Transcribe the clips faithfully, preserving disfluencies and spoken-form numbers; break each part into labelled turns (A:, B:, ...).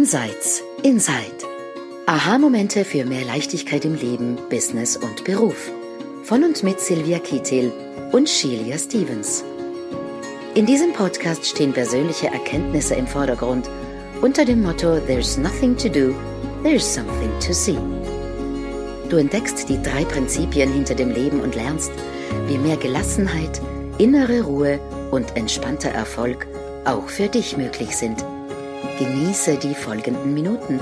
A: Insights Inside. Aha-Momente für mehr Leichtigkeit im Leben, Business und Beruf. Von und mit Silvia Kittel und Shelia Stevens. In diesem Podcast stehen persönliche Erkenntnisse im Vordergrund unter dem Motto There's nothing to do, there's something to see. Du entdeckst die drei Prinzipien hinter dem Leben und lernst, wie mehr Gelassenheit, innere Ruhe und entspannter Erfolg auch für dich möglich sind. Genieße die folgenden Minuten.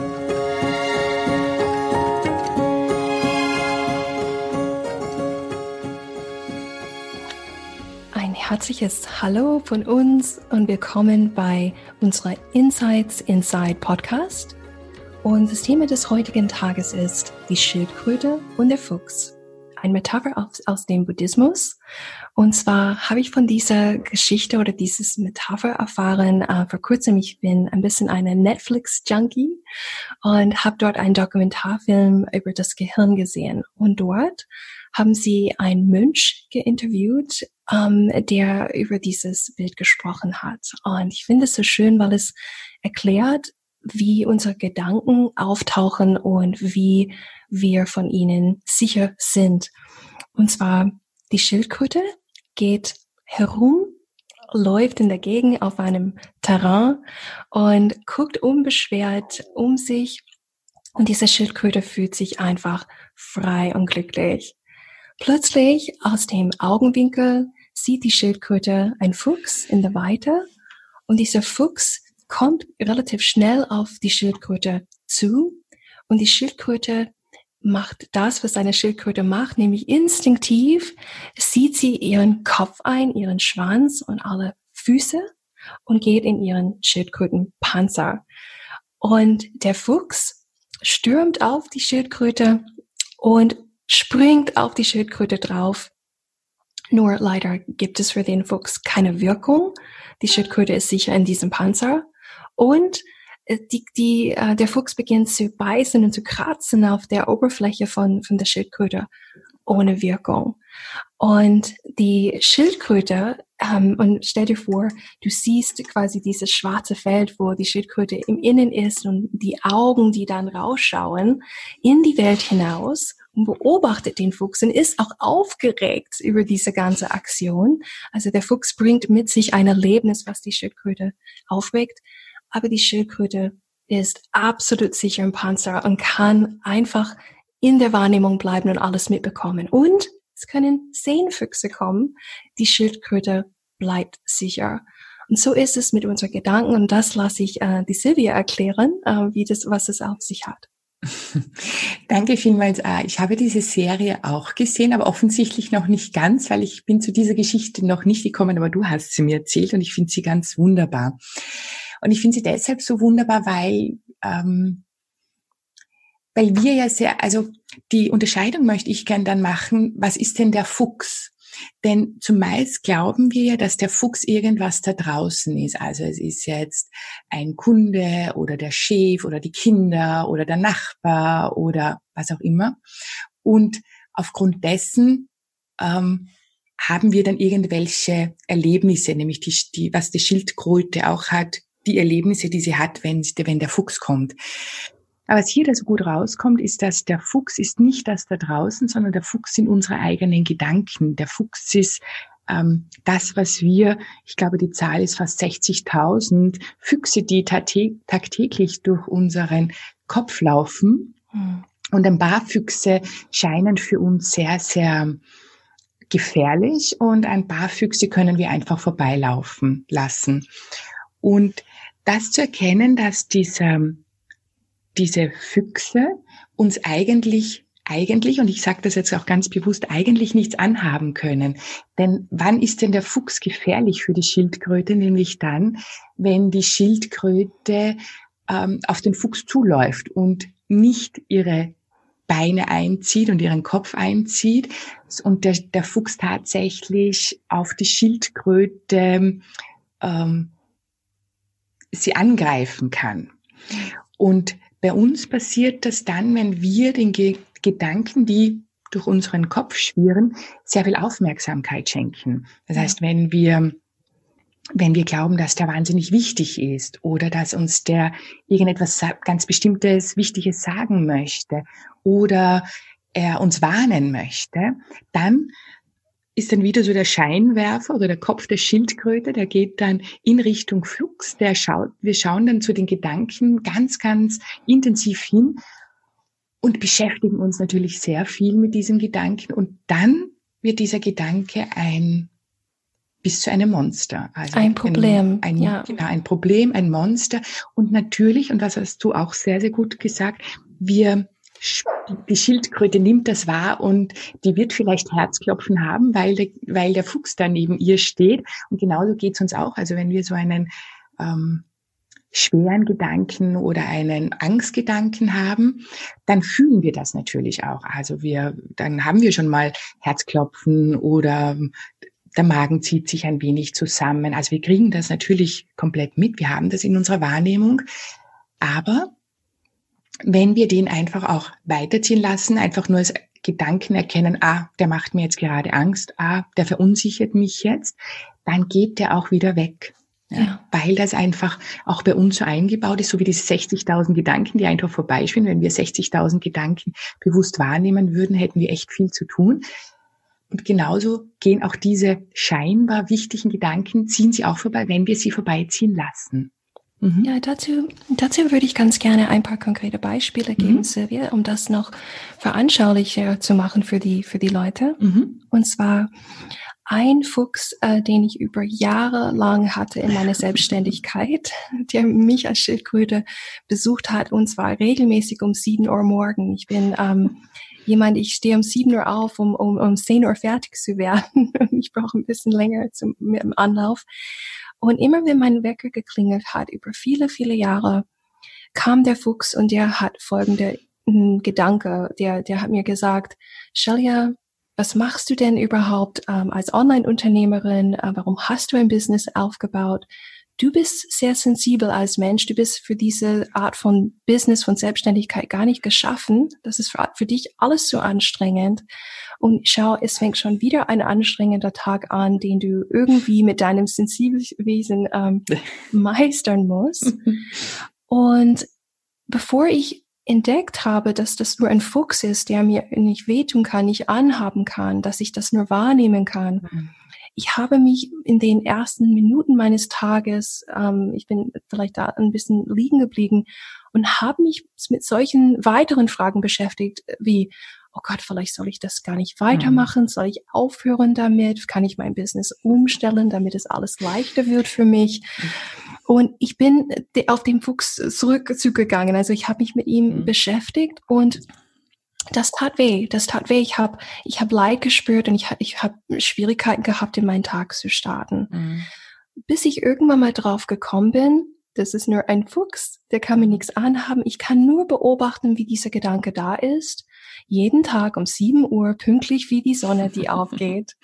B: Ein herzliches Hallo von uns und willkommen bei unserer Insights Inside Podcast. Und das Thema des heutigen Tages ist die Schildkröte und der Fuchs. Ein Metapher aus, aus dem Buddhismus. Und zwar habe ich von dieser Geschichte oder dieses Metapher erfahren äh, vor kurzem. Ich bin ein bisschen eine Netflix-Junkie und habe dort einen Dokumentarfilm über das Gehirn gesehen. Und dort haben sie einen Mönch geinterviewt, ähm, der über dieses Bild gesprochen hat. Und ich finde es so schön, weil es erklärt, wie unsere Gedanken auftauchen und wie wir von ihnen sicher sind. Und zwar die Schildkröte geht herum, läuft in der Gegend auf einem Terrain und guckt unbeschwert um sich. Und diese Schildkröte fühlt sich einfach frei und glücklich. Plötzlich aus dem Augenwinkel sieht die Schildkröte einen Fuchs in der Weite und dieser Fuchs kommt relativ schnell auf die Schildkröte zu und die Schildkröte macht das, was eine Schildkröte macht, nämlich instinktiv zieht sie ihren Kopf ein, ihren Schwanz und alle Füße und geht in ihren Schildkrötenpanzer. Und der Fuchs stürmt auf die Schildkröte und springt auf die Schildkröte drauf. Nur leider gibt es für den Fuchs keine Wirkung. Die Schildkröte ist sicher in diesem Panzer. Und die, die, äh, der Fuchs beginnt zu beißen und zu kratzen auf der Oberfläche von, von der Schildkröte ohne Wirkung. Und die Schildkröte, ähm, und stell dir vor, du siehst quasi dieses schwarze Feld, wo die Schildkröte im Innen ist und die Augen, die dann rausschauen in die Welt hinaus und beobachtet den Fuchs und ist auch aufgeregt über diese ganze Aktion. Also der Fuchs bringt mit sich ein Erlebnis, was die Schildkröte aufweckt. Aber die Schildkröte ist absolut sicher im Panzer und kann einfach in der Wahrnehmung bleiben und alles mitbekommen. Und es können zehn Füchse kommen. Die Schildkröte bleibt sicher. Und so ist es mit unseren Gedanken. Und das lasse ich äh, die Silvia erklären, äh, wie das, was es auf sich hat.
C: Danke vielmals. Ich habe diese Serie auch gesehen, aber offensichtlich noch nicht ganz, weil ich bin zu dieser Geschichte noch nicht gekommen, aber du hast sie mir erzählt und ich finde sie ganz wunderbar. Und ich finde sie deshalb so wunderbar, weil ähm, weil wir ja sehr, also die Unterscheidung möchte ich gern dann machen, was ist denn der Fuchs? Denn zumeist glauben wir ja, dass der Fuchs irgendwas da draußen ist. Also es ist jetzt ein Kunde oder der Chef oder die Kinder oder der Nachbar oder was auch immer. Und aufgrund dessen ähm, haben wir dann irgendwelche Erlebnisse, nämlich die, die, was die Schildkröte auch hat, die Erlebnisse, die sie hat, wenn, wenn der Fuchs kommt. Aber was hier da so gut rauskommt, ist, dass der Fuchs ist nicht das da draußen, sondern der Fuchs sind unsere eigenen Gedanken. Der Fuchs ist ähm, das, was wir, ich glaube, die Zahl ist fast sechzigtausend Füchse, die tate- tagtäglich durch unseren Kopf laufen. Mhm. Und ein paar Füchse scheinen für uns sehr, sehr gefährlich und ein paar Füchse können wir einfach vorbeilaufen lassen. Und das zu erkennen, dass diese, diese Füchse uns eigentlich, eigentlich, und ich sage das jetzt auch ganz bewusst, eigentlich nichts anhaben können. Denn wann ist denn der Fuchs gefährlich für die Schildkröte? Nämlich dann, wenn die Schildkröte ähm, auf den Fuchs zuläuft und nicht ihre Beine einzieht und ihren Kopf einzieht und der, der Fuchs tatsächlich auf die Schildkröte ähm, sie angreifen kann. Und bei uns passiert das dann, wenn wir den Ge- Gedanken, die durch unseren Kopf schwirren, sehr viel Aufmerksamkeit schenken. Das heißt, wenn wir wenn wir glauben, dass der wahnsinnig wichtig ist oder dass uns der irgendetwas ganz Bestimmtes, Wichtiges sagen möchte oder er uns warnen möchte, dann ist dann wieder so der Scheinwerfer oder der Kopf der Schildkröte, der geht dann in Richtung Flux, der schaut, wir schauen dann zu den Gedanken ganz, ganz intensiv hin und beschäftigen uns natürlich sehr viel mit diesem Gedanken und dann wird dieser Gedanke ein bis zu einem Monster. Also
B: ein Problem,
C: ein, ein,
B: ja.
C: Genau, ein Problem, ein Monster. Und natürlich, und das hast du auch sehr, sehr gut gesagt, wir, die Schildkröte nimmt das wahr und die wird vielleicht Herzklopfen haben, weil der, weil der Fuchs da neben ihr steht. Und genauso geht's uns auch. Also wenn wir so einen ähm, schweren Gedanken oder einen Angstgedanken haben, dann fühlen wir das natürlich auch. Also wir, dann haben wir schon mal Herzklopfen oder der Magen zieht sich ein wenig zusammen. Also wir kriegen das natürlich komplett mit. Wir haben das in unserer Wahrnehmung. Aber wenn wir den einfach auch weiterziehen lassen, einfach nur als Gedanken erkennen, ah, der macht mir jetzt gerade Angst, ah, der verunsichert mich jetzt, dann geht der auch wieder weg. Ja, ja. Weil das einfach auch bei uns so eingebaut ist, so wie diese sechzigtausend Gedanken, die einfach vorbeischwimmen. Wenn wir sechzigtausend Gedanken bewusst wahrnehmen würden, hätten wir echt viel zu tun. Und genauso gehen auch diese scheinbar wichtigen Gedanken, ziehen sie auch vorbei, wenn wir sie vorbeiziehen lassen.
B: Mhm. Ja, dazu, dazu würde ich ganz gerne ein paar konkrete Beispiele geben, mhm. Silvia, um das noch veranschaulicher zu machen für die, für die Leute. Mhm. Und zwar ein Fuchs, äh, den ich über Jahre lang hatte in meiner Selbstständigkeit, der mich als Schildkröte besucht hat, und zwar regelmäßig um sieben Uhr morgen. Ich bin ähm, jemand, ich stehe um sieben Uhr auf, um, um, um zehn Uhr fertig zu werden. Und ich brauche ein bisschen länger zum, mit dem Anlauf. Und immer wenn mein Wecker geklingelt hat, über viele, viele Jahre, kam der Fuchs und der hat folgende äh, Gedanke, der, der hat mir gesagt, Shelia, was machst du denn überhaupt ähm, als Online-Unternehmerin? Äh, warum hast du ein Business aufgebaut? Du bist sehr sensibel als Mensch. Du bist für diese Art von Business, von Selbstständigkeit gar nicht geschaffen. Das ist für, für dich alles zu anstrengend. Und schau, es fängt schon wieder ein anstrengender Tag an, den du irgendwie mit deinem sensiblen Wesen ähm, meistern musst. Und bevor ich entdeckt habe, dass das nur ein Fuchs ist, der mir nicht wehtun kann, nicht anhaben kann, dass ich das nur wahrnehmen kann, mhm. Ich habe mich in den ersten Minuten meines Tages, ähm, ich bin vielleicht da ein bisschen liegen geblieben und habe mich mit solchen weiteren Fragen beschäftigt, wie, oh Gott, vielleicht soll ich das gar nicht weitermachen, soll ich aufhören damit, kann ich mein Business umstellen, damit es alles leichter wird für mich. Und ich bin auf den Fuchs zurückgegangen, also ich habe mich mit ihm mhm. beschäftigt und das tat weh, das tat weh. Ich habe ich hab Leid gespürt und ich, ich habe Schwierigkeiten gehabt, in meinen Tag zu starten. Mhm. Bis ich irgendwann mal drauf gekommen bin, das ist nur ein Fuchs, der kann mir nichts anhaben. Ich kann nur beobachten, wie dieser Gedanke da ist. Jeden Tag um sieben Uhr, pünktlich wie die Sonne, die aufgeht.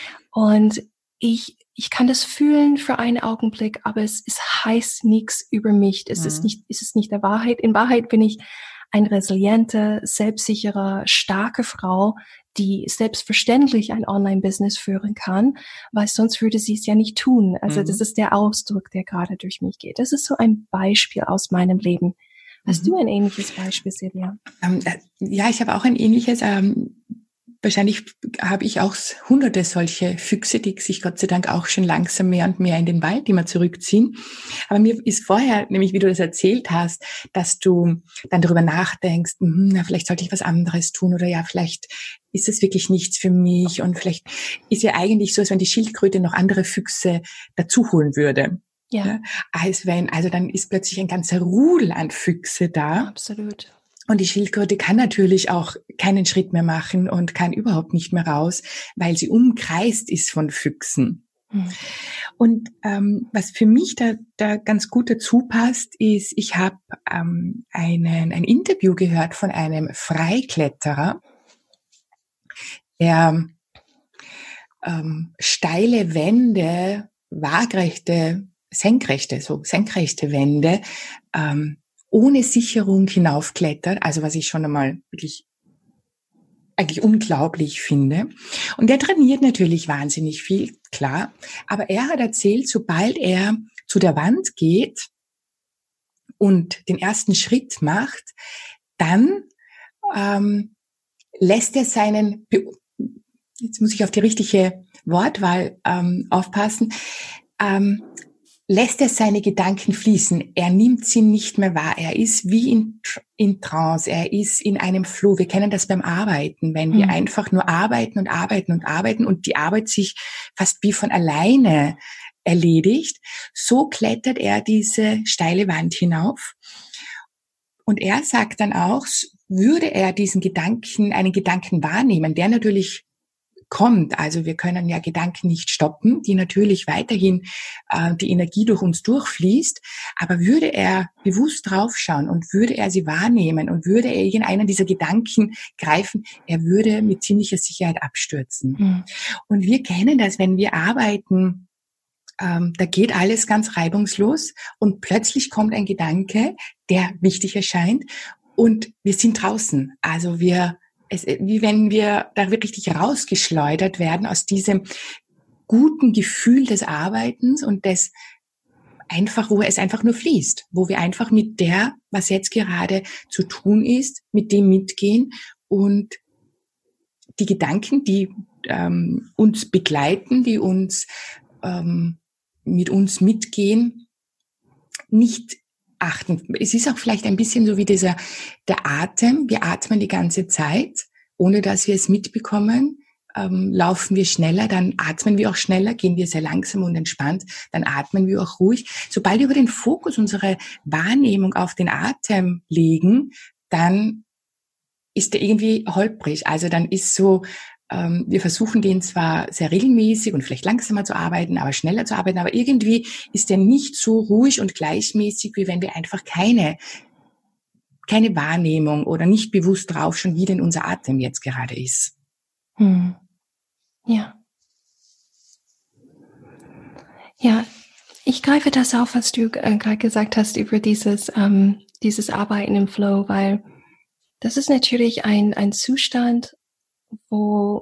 B: Und ich ich kann das fühlen für einen Augenblick, aber es, es heißt nichts über mich. Es mhm. ist nicht, es ist nicht der Wahrheit. In Wahrheit bin ich eine resiliente, selbstsichere, starke Frau, die selbstverständlich ein Online-Business führen kann, weil sonst würde sie es ja nicht tun. Also mhm. das ist der Ausdruck, der gerade durch mich geht. Das ist so ein Beispiel aus meinem Leben. Hast mhm. du ein ähnliches Beispiel, Silvia?
C: Ähm, äh, ja, ich habe auch ein ähnliches. Ähm Wahrscheinlich habe ich auch hunderte solche Füchse, die sich Gott sei Dank auch schon langsam mehr und mehr in den Wald immer zurückziehen. Aber mir ist vorher, nämlich wie du das erzählt hast, dass du dann darüber nachdenkst, hm, na, vielleicht sollte ich was anderes tun oder ja, vielleicht ist es wirklich nichts für mich und vielleicht ist ja eigentlich so, als wenn die Schildkröte noch andere Füchse dazu holen würde. Ja. Ja, als wenn, also dann ist plötzlich ein ganzer Rudel an Füchse da.
B: Absolut.
C: Und die Schildkröte kann natürlich auch keinen Schritt mehr machen und kann überhaupt nicht mehr raus, weil sie umkreist ist von Füchsen. Mhm. Und ähm, was für mich da, da ganz gut dazu passt, ist, ich habe ähm, einen, ein Interview gehört von einem Freikletterer, der ähm, steile Wände, waagrechte, senkrechte, so senkrechte Wände ähm, ohne Sicherung hinaufklettert, also was ich schon einmal wirklich eigentlich unglaublich finde. Und der trainiert natürlich wahnsinnig viel, klar. Aber er hat erzählt, sobald er zu der Wand geht und den ersten Schritt macht, dann ähm, lässt er seinen, jetzt muss ich auf die richtige Wortwahl ähm, aufpassen, ähm, lässt er seine Gedanken fließen. Er nimmt sie nicht mehr wahr. Er ist wie in, in Trance. Er ist in einem Flow. Wir kennen das beim Arbeiten, wenn wir mhm. einfach nur arbeiten und arbeiten und arbeiten und die Arbeit sich fast wie von alleine erledigt. So klettert er diese steile Wand hinauf. Und er sagt dann auch, würde er diesen Gedanken, einen Gedanken wahrnehmen, der natürlich kommt, also wir können ja Gedanken nicht stoppen, die natürlich weiterhin äh, die Energie durch uns durchfließt, aber würde er bewusst draufschauen und würde er sie wahrnehmen und würde er irgendeinen dieser Gedanken greifen, er würde mit ziemlicher Sicherheit abstürzen. Mhm. Und wir kennen das, wenn wir arbeiten, ähm, da geht alles ganz reibungslos und plötzlich kommt ein Gedanke, der wichtig erscheint und wir sind draußen, also wir Es, wie wenn wir da wirklich rausgeschleudert werden aus diesem guten Gefühl des Arbeitens und des einfach, wo es einfach nur fließt, wo wir einfach mit der, was jetzt gerade zu tun ist, mit dem mitgehen und die Gedanken, die ähm, uns begleiten, die uns ähm, mit uns mitgehen, nicht achten. Es ist auch vielleicht ein bisschen so wie dieser, der Atem. Wir atmen die ganze Zeit, ohne dass wir es mitbekommen. Ähm, laufen wir schneller, dann atmen wir auch schneller, gehen wir sehr langsam und entspannt, dann atmen wir auch ruhig. Sobald wir über den Fokus, unsere Wahrnehmung auf den Atem legen, dann ist der irgendwie holprig. Also dann ist so, ähm, wir versuchen den zwar sehr regelmäßig und vielleicht langsamer zu arbeiten, aber schneller zu arbeiten, aber irgendwie ist der nicht so ruhig und gleichmäßig, wie wenn wir einfach keine, keine Wahrnehmung oder nicht bewusst drauf schon, wie denn unser Atem jetzt gerade ist.
B: Hm. Ja. Ja, ich greife das auf, was du äh, gerade gesagt hast über dieses, ähm, dieses Arbeiten im Flow, weil das ist natürlich ein, ein Zustand, wo,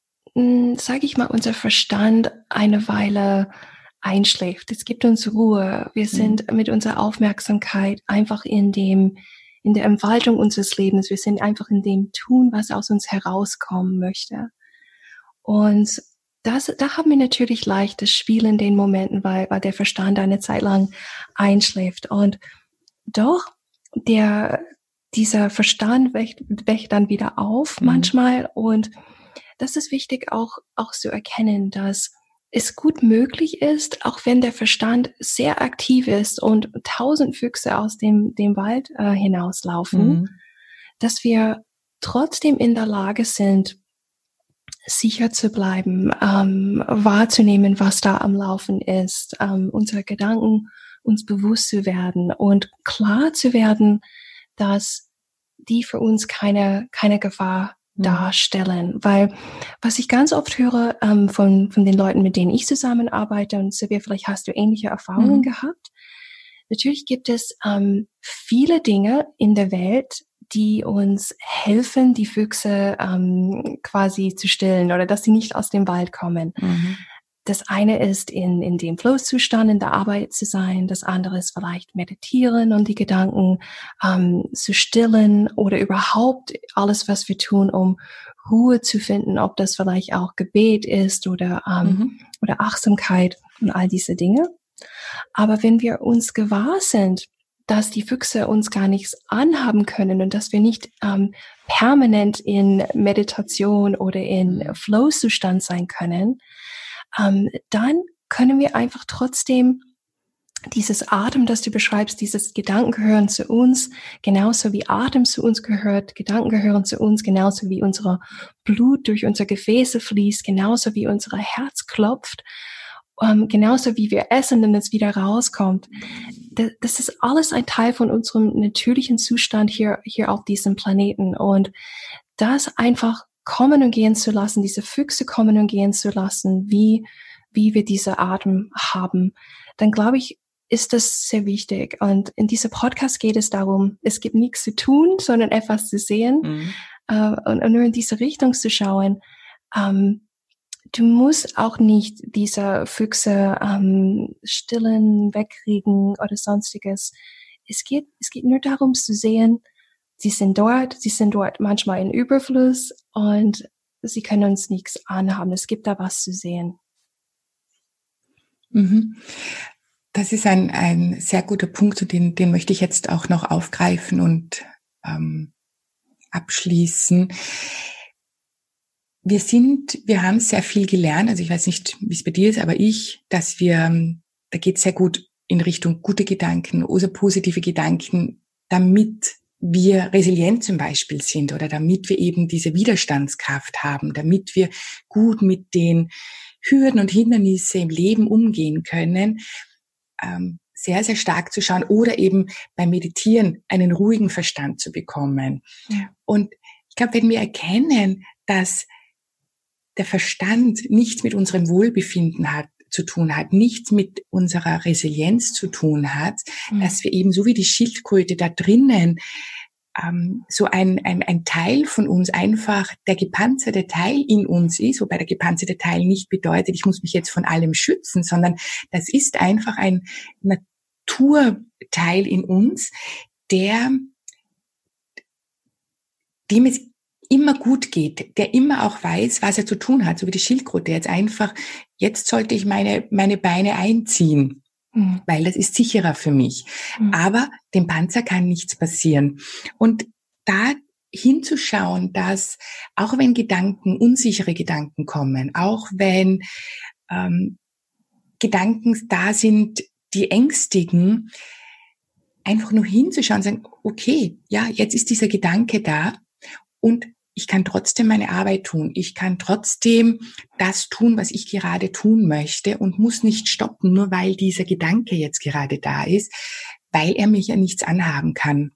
B: sage ich mal, unser Verstand eine Weile einschläft. Es gibt uns Ruhe. Wir sind mhm. mit unserer Aufmerksamkeit einfach in dem, in der Entfaltung unseres Lebens. Wir sind einfach in dem Tun, was aus uns herauskommen möchte. Und das, da haben wir natürlich leichtes Spiel in den Momenten, weil, weil der Verstand eine Zeit lang einschläft. Und doch, der, dieser Verstand wächt, wächt dann wieder auf mhm. manchmal. Und das ist wichtig auch, auch zu erkennen, dass es gut möglich ist, auch wenn der Verstand sehr aktiv ist und tausend Füchse aus dem, dem Wald äh, hinauslaufen, mhm. dass wir trotzdem in der Lage sind, sicher zu bleiben, ähm, wahrzunehmen, was da am Laufen ist, ähm, unsere Gedanken uns bewusst zu werden und klar zu werden, dass die für uns keine, keine Gefahr mhm. darstellen. Weil was ich ganz oft höre ähm, von, von den Leuten, mit denen ich zusammenarbeite, und Silvia, vielleicht hast du ähnliche Erfahrungen mhm. gehabt, natürlich gibt es ähm, viele Dinge in der Welt, die uns helfen, die Füchse ähm, quasi zu stillen oder dass sie nicht aus dem Wald kommen. Mhm. Das eine ist, in, in dem Flow-Zustand in der Arbeit zu sein. Das andere ist vielleicht meditieren und die Gedanken ähm, zu stillen oder überhaupt alles, was wir tun, um Ruhe zu finden, ob das vielleicht auch Gebet ist oder, ähm, mhm. oder Achtsamkeit und all diese Dinge. Aber wenn wir uns gewahr sind, dass die Füchse uns gar nichts anhaben können und dass wir nicht ähm, permanent in Meditation oder in Flow-Zustand sein können, ähm, dann können wir einfach trotzdem dieses Atem, das du beschreibst, dieses Gedanken gehören zu uns, genauso wie Atem zu uns gehört, Gedanken gehören zu uns, genauso wie unser Blut durch unsere Gefäße fließt, genauso wie unser Herz klopft, ähm, genauso wie wir essen und es wieder rauskommt. Das, das ist alles ein Teil von unserem natürlichen Zustand hier, hier auf diesem Planeten. Und das einfach kommen und gehen zu lassen, diese Füchse kommen und gehen zu lassen, wie, wie wir diese Atem haben, dann glaube ich, ist das sehr wichtig. Und in diesem Podcast geht es darum, es gibt nichts zu tun, sondern etwas zu sehen. Mhm. äh, und, und nur in diese Richtung zu schauen. Ähm, du musst auch nicht diese Füchse ähm, stillen, wegkriegen oder sonstiges. Es geht, es geht nur darum zu sehen, sie sind dort, sie sind dort manchmal in Überfluss und sie können uns nichts anhaben. Es gibt da was zu sehen.
C: Mhm. Das ist ein, ein sehr guter Punkt, den, den möchte ich jetzt auch noch aufgreifen und ähm, abschließen. Wir sind, wir haben sehr viel gelernt, also ich weiß nicht, wie es bei dir ist, aber ich, dass wir, da geht es sehr gut in Richtung gute Gedanken oder positive Gedanken, damit wir resilient zum Beispiel sind oder damit wir eben diese Widerstandskraft haben, damit wir gut mit den Hürden und Hindernisse im Leben umgehen können, ähm, sehr, sehr stark zu schauen oder eben beim Meditieren einen ruhigen Verstand zu bekommen. Ja. Und ich glaube, wenn wir erkennen, dass der Verstand nichts mit unserem Wohlbefinden hat, zu tun hat, nichts mit unserer Resilienz zu tun hat, mhm. dass wir eben so wie die Schildkröte da drinnen ähm, so ein, ein, ein Teil von uns einfach der gepanzerte Teil in uns ist, wobei der gepanzerte Teil nicht bedeutet, ich muss mich jetzt von allem schützen, sondern das ist einfach ein Naturteil in uns, der dem es immer gut geht, der immer auch weiß, was er zu tun hat, so wie die Schildkröte jetzt einfach, jetzt sollte ich meine, meine Beine einziehen, mhm. weil das ist sicherer für mich. Mhm. Aber dem Panzer kann nichts passieren. Und da hinzuschauen, dass auch wenn Gedanken, unsichere Gedanken kommen, auch wenn ähm, Gedanken da sind, die ängstigen, einfach nur hinzuschauen und sagen, okay, ja, jetzt ist dieser Gedanke da und ich kann trotzdem meine Arbeit tun. Ich kann trotzdem das tun, was ich gerade tun möchte und muss nicht stoppen, nur weil dieser Gedanke jetzt gerade da ist, weil er mich ja nichts anhaben kann.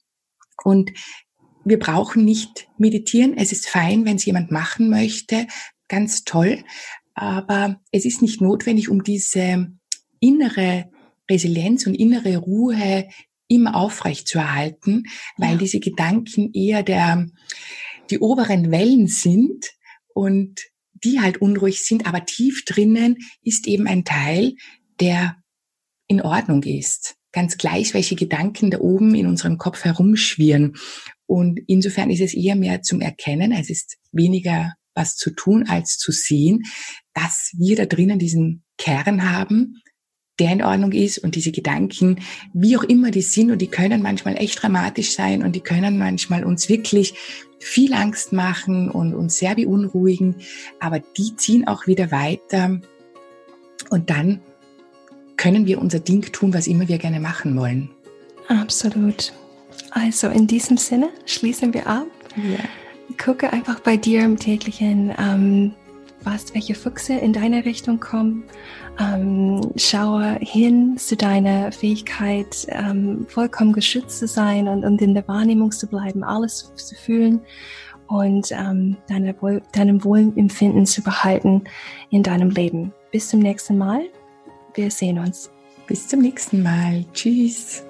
C: Und wir brauchen nicht meditieren. Es ist fein, wenn es jemand machen möchte. Ganz toll. Aber es ist nicht notwendig, um diese innere Resilienz und innere Ruhe immer aufrecht zu erhalten, weil ja. diese Gedanken eher der die oberen Wellen sind und die halt unruhig sind, aber tief drinnen ist eben ein Teil, der in Ordnung ist. Ganz gleich, welche Gedanken da oben in unserem Kopf herumschwirren. Und insofern ist es eher mehr zum Erkennen, es ist weniger was zu tun als zu sehen, dass wir da drinnen diesen Kern haben, der in Ordnung ist und diese Gedanken, wie auch immer die sind, und die können manchmal echt dramatisch sein und die können manchmal uns wirklich viel Angst machen und uns sehr beunruhigen, aber die ziehen auch wieder weiter und dann können wir unser Ding tun, was immer wir gerne machen wollen.
B: Absolut. Also in diesem Sinne schließen wir ab.
C: Ja.
B: Gucke einfach bei dir im täglichen, ähm, was, welche Füchse in deine Richtung kommen. Ähm, schaue hin zu deiner Fähigkeit, ähm, vollkommen geschützt zu sein und, und in der Wahrnehmung zu bleiben, alles zu fühlen und ähm, deine, deinem Wohlempfinden zu behalten in deinem Leben. Bis zum nächsten Mal. Wir sehen uns.
C: Bis zum nächsten Mal. Tschüss.